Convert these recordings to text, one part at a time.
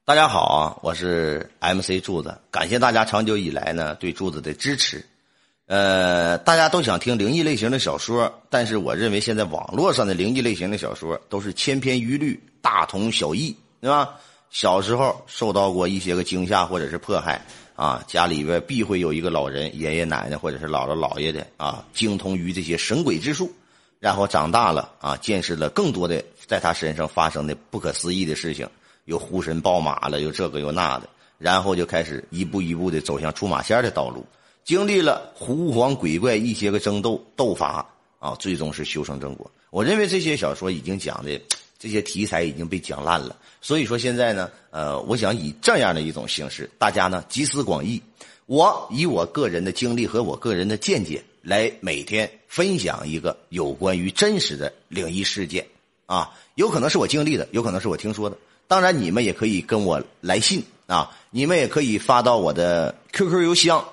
大家好啊，我是 MC 柱子，感谢大家长久以来呢对柱子的支持。大家都想听灵异类型的小说，但是我认为现在网络上的灵异类型的小说都是千篇一律，大同小异，对吧？小时候受到过一些个惊吓或者是迫害啊，家里边必会有一个老人、爷爷奶奶或者是姥姥姥爷的啊，精通于这些神鬼之术。然后长大了啊，见识了更多的在他身上发生的不可思议的事情。有呼神报马了，有这个有那的，然后就开始一步一步的走向出马仙的道路，经历了狐黄鬼怪一些个争斗斗法啊，最终是修成正果。我认为这些小说已经讲的这些题材已经被讲烂了，所以说现在呢，我想以这样的一种形式，大家呢集思广益，我以我个人的经历和我个人的见解来每天分享一个有关于真实的灵异事件啊，有可能是我经历的，有可能是我听说的。当然你们也可以跟我来信啊，你们也可以发到我的 QQ 邮箱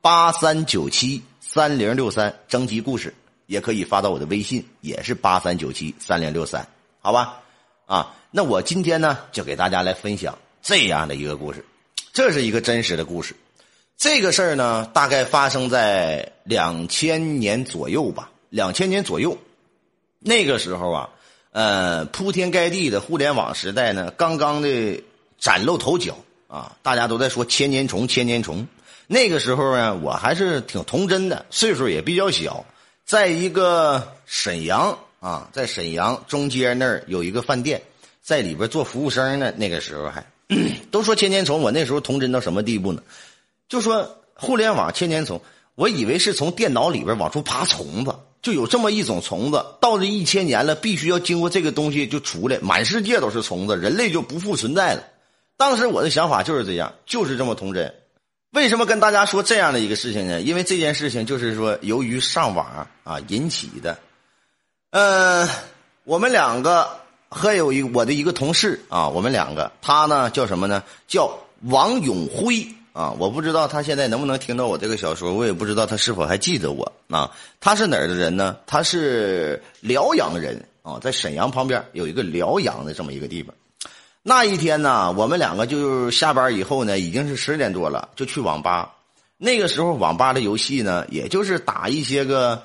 83973063征集故事，也可以发到我的微信，也是83973063，好吧？啊，那我今天呢就给大家来分享这样的一个故事，这是一个真实的故事。这个事儿呢大概发生在2000年左右吧，2000年左右。那个时候啊铺天盖地的互联网时代呢，刚刚的崭露头角啊！大家都在说千年虫，千年虫。那个时候呢，我还是挺童真的，岁数也比较小。在一个沈阳啊，在沈阳中街那儿有一个饭店，在里边做服务生呢。那个时候还都说千年虫，我那时候童真到什么地步呢？就说互联网千年虫，我以为是从电脑里边往出爬虫子。就有这么一种虫子，到这1000年了，必须要经过这个东西就出来，满世界都是虫子，人类就不复存在了。当时我的想法就是这样，就是这么童真。为什么跟大家说这样的一个事情呢？因为这件事情就是说由于上网啊引起的。我们两个还有我的一个同事啊，我们两个，他呢叫什么呢？叫王永辉。啊，我不知道他现在能不能听到我这个小说，我也不知道他是否还记得我啊。他是哪儿的人呢？他是辽阳人啊，在沈阳旁边有一个辽阳的这么一个地方。那一天呢，我们两个就下班以后呢，已经是10点多了，就去网吧。那个时候网吧的游戏呢，也就是打一些个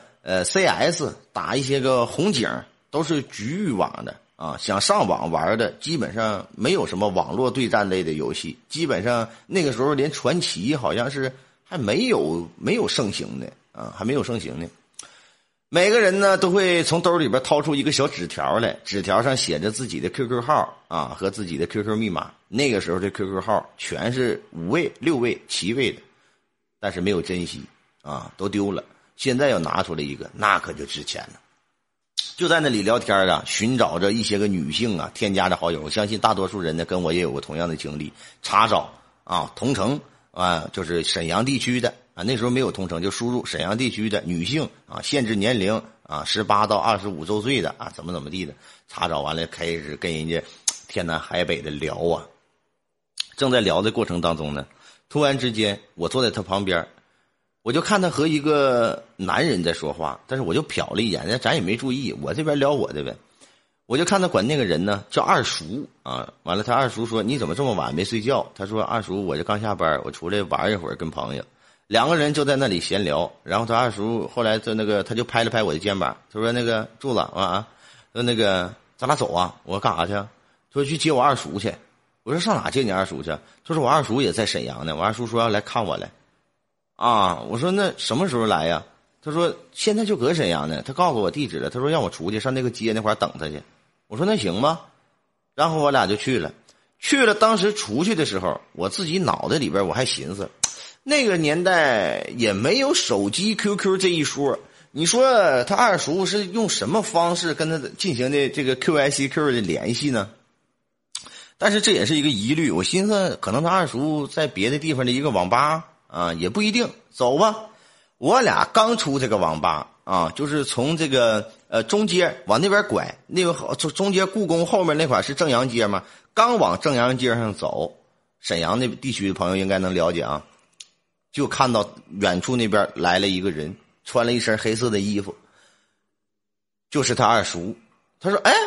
CS， 打一些个红警，都是局域网的。啊，想上网玩的基本上没有什么网络对战类的游戏，基本上那个时候连传奇好像是还没有盛行的啊，还没有盛行的。每个人呢都会从兜里边掏出一个小纸条来，纸条上写着自己的 QQ 号啊和自己的 QQ 密码。那个时候的 QQ 号全是5位、6位、7位的，但是没有珍惜啊，都丢了。现在要拿出来一个，那可就值钱了。就在那里聊天啊，寻找着一些个女性啊，添加着好友。我相信大多数人呢跟我也有过同样的经历。查找啊，同城啊，就是沈阳地区的啊，那时候没有同城，就输入沈阳地区的女性啊，限制年龄啊18到25周岁的啊，怎么地的。查找完了，开始跟人家天南海北的聊啊。正在聊的过程当中呢，突然之间我坐在他旁边，我就看他和一个男人在说话，但是我就瞟了一眼，咱也没注意，我这边聊我的呗。我就看他管那个人呢叫二叔啊，完了他二叔说你怎么这么晚没睡觉？他说二叔我就刚下班，我出来玩一会儿跟朋友。两个人就在那里闲聊，然后他二叔后来他就拍了拍我的肩膀，他说那个柱子啊，说那个咱俩走啊。我说干啥去？他说去接我二叔去。我说上哪接你二叔去？他说我二叔也在沈阳呢，我二叔说要来看我来。啊，我说那什么时候来呀？他说现在就搁沈阳呢，他告诉我地址了，他说让我出去上那个街那块等他去。我说那行吧，然后我俩就去了。当时出去的时候，我自己脑袋里边我还寻思，那个年代也没有手机 QQ 这一说，你说他二叔是用什么方式跟他进行的这个 QICQ 的联系呢？但是这也是一个疑虑，我寻思可能他二叔在别的地方的一个网吧啊，也不一定。走吧，我俩刚出这个网吧啊，就是从这个中街往那边拐，那个中街故宫后面那块是正阳街嘛，刚往正阳街上走，沈阳那地区的朋友应该能了解啊，就看到远处那边来了一个人，穿了一身黑色的衣服，就是他二叔。他说哎，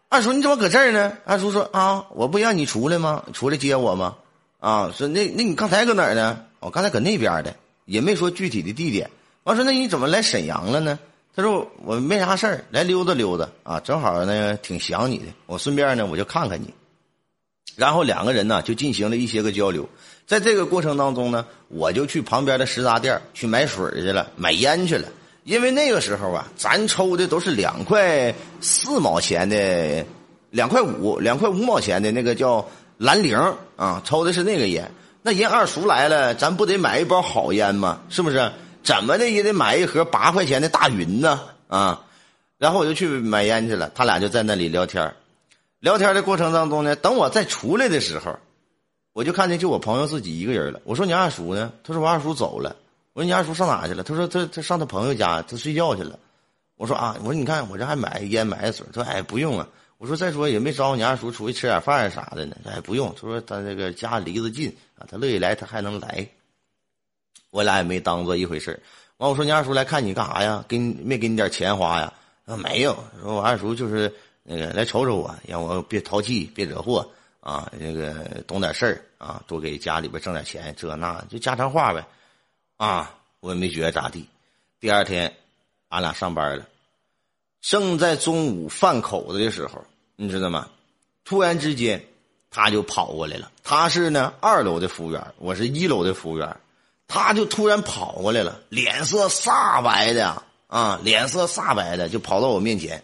二叔你怎么搁这儿呢？二叔说啊，我不让你出来吗？出来接我吗？啊，说那你刚才搁哪儿呢？我刚才搁那边的，也没说具体的地点。我说那你怎么来沈阳了呢？他说我没啥事儿，来溜达溜达啊，正好呢挺想你的，我顺便呢我就看看你。然后两个人呢就进行了一些个交流，在这个过程当中呢，我就去旁边的食杂店去买水去了，买烟去了。因为那个时候啊，咱抽的都是2块4毛钱的，2块5毛钱的那个叫蓝铃啊，抽的是那个烟。那人二叔来了，咱不得买一包好烟吗？是不是？怎么的也得买一盒8块钱的大云呢啊！然后我就去买烟去了，他俩就在那里聊天。聊天的过程当中呢，等我再出来的时候，我就看见就我朋友自己一个人了。我说你二叔呢？他说我二叔走了。我说你二叔上哪去了？他说他上他朋友家，他睡觉去了。我说啊，我说你看我这还买烟买水。他说哎不用啊。我说再说也没招你二叔出去吃点饭啥的呢。哎不用。他说他这个家离得近啊，他乐意来他还能来。我俩也没当做一回事。完我说你二叔来看你干啥呀？没给你点钱花呀？他说没有。说我二叔就是那个来瞅瞅我，让我别淘气别惹祸啊，那个懂点事儿啊，多给家里边挣点钱，这那就家常话呗。啊，我也没觉得咋地。第二天俺俩上班了，正在中午饭口子的时候，你知道吗？突然之间他就跑过来了。他是呢2楼的服务员，我是1楼的服务员。他就突然跑过来了，脸色煞白的啊，脸色煞白的就跑到我面前，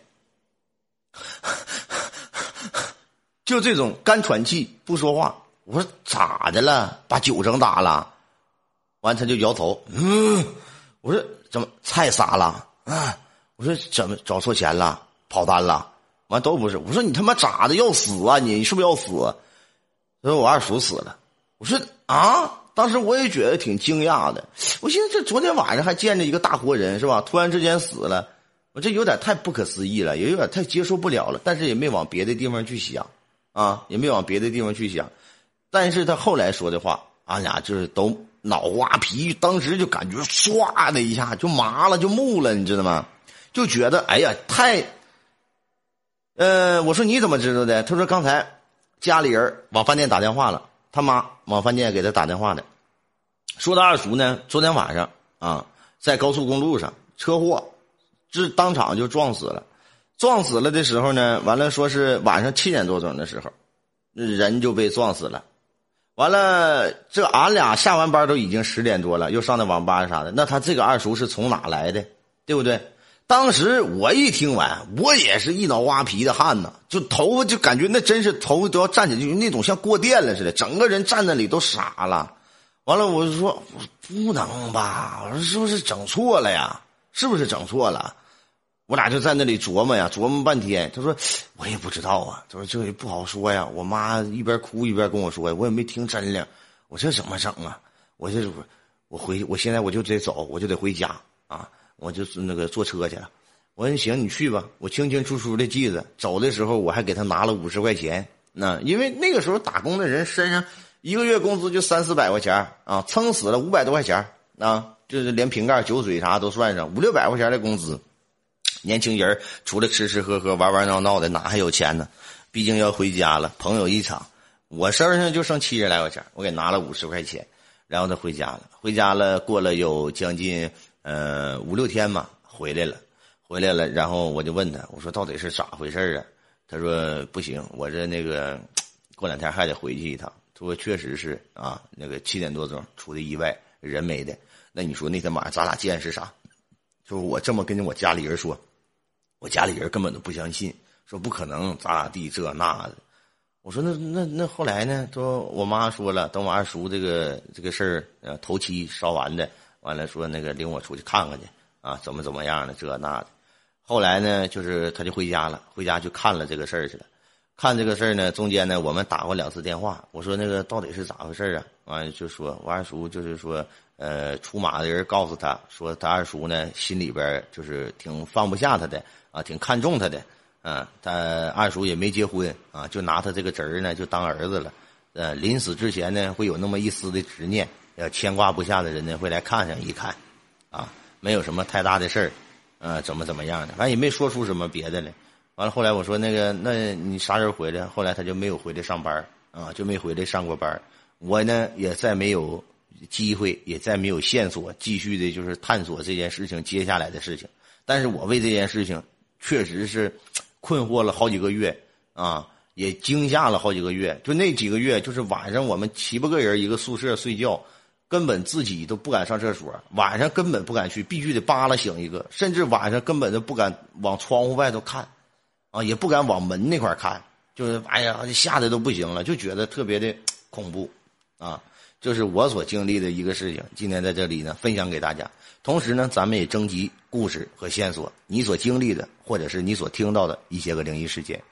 就这种干喘气不说话。我说咋的了？把酒整打了？完他就摇头，我说怎么菜洒了啊？我说怎么找错钱了，跑单了？完都不是。我说你他妈咋的要死啊？你是不是要死？他说我二叔死了。我说啊，当时我也觉得挺惊讶的。我寻思这昨天晚上还见着一个大活人是吧？突然之间死了，我这有点太不可思议了，也有点太接受不了了。但是也没往别的地方去想啊，也没往别的地方去想。但是他后来说的话，俺俩就是都脑瓜皮，当时就感觉唰的一下就麻了，就木了，你知道吗？就觉得哎呀太，我说你怎么知道的？他说刚才家里人往饭店打电话了，他妈往饭店给他打电话的，说他二叔呢昨天晚上啊在高速公路上车祸，这当场就撞死了。撞死了的时候呢，完了说是晚上7点多钟的时候，人就被撞死了。完了，这俺俩下完班都已经10点多了，又上那网吧啥的。那他这个二叔是从哪来的，对不对？当时我一听完，我也是一脑瓜皮的汗呐，就头发就感觉那真是头发都要站起来，就那种像过电了似的，整个人站那里都傻了。完了，我就说不能吧，我说是不是整错了呀？是不是整错了？我俩就在那里琢磨呀，琢磨半天。他说我也不知道啊，他说这也不好说呀。我妈一边哭一边跟我说呀，我也没听真了。我这怎么整啊？我现在我就得走，我就得回家啊，我就那个坐车去了。我说行，你去吧。我清清楚楚的记得，走的时候我还给他拿了50块钱。那因为那个时候打工的人身上一个月工资就300-400块钱啊，撑死了500多块钱啊，就是连瓶盖酒水啥都算上，500-600块钱的工资。年轻人除了吃吃喝喝玩玩闹闹的哪还有钱呢？毕竟要回家了，朋友一场，我身上就剩70来块钱，我给拿了50块钱，然后他回家了。回家了过了有将近5-6天嘛，回来了，然后我就问他，我说到底是咋回事啊？他说不行，我这那个过2天还得回去一趟。他说确实是啊，那个7点多钟出的意外，人没的。那你说那天晚上咱俩见识啥？就是我这么跟我家里人说，我家里人根本都不相信，说不可能咋地这那的。我说那后来呢？说我妈说了，等我二叔这个事儿头七烧完的，完了说那个领我出去看看去啊，怎么样的这那的。后来呢，就是他就回家了，回家去看了这个事儿去了。看这个事儿呢，中间呢我们打过2次电话，我说那个到底是咋回事啊？完了就说我二叔就是说。出马的人告诉他说，他二叔呢心里边就是挺放不下他的啊，挺看重他的啊。他二叔也没结婚啊，就拿他这个侄儿呢就当儿子了。临死之前呢会有那么一丝的执念，牵挂不下的人呢会来看上一看啊，没有什么太大的事儿，怎么样的，反正也没说出什么别的来。 完了后来我说那你啥时候回来？后来他就没有回来上班啊，就没回来上过班。我呢也再没有机会，也再没有线索继续的就是探索这件事情接下来的事情。但是我为这件事情确实是困惑了好几个月啊，也惊吓了好几个月。就那几个月，就是晚上我们7、8个人一个宿舍睡觉，根本自己都不敢上厕所，晚上根本不敢去，必须得扒拉醒一个，甚至晚上根本都不敢往窗户外头看啊，也不敢往门那块看，就是哎呀吓得都不行了，就觉得特别的恐怖啊。就是我所经历的一个事情，今天在这里呢分享给大家。同时呢，咱们也征集故事和线索，你所经历的或者是你所听到的一些个灵异事件。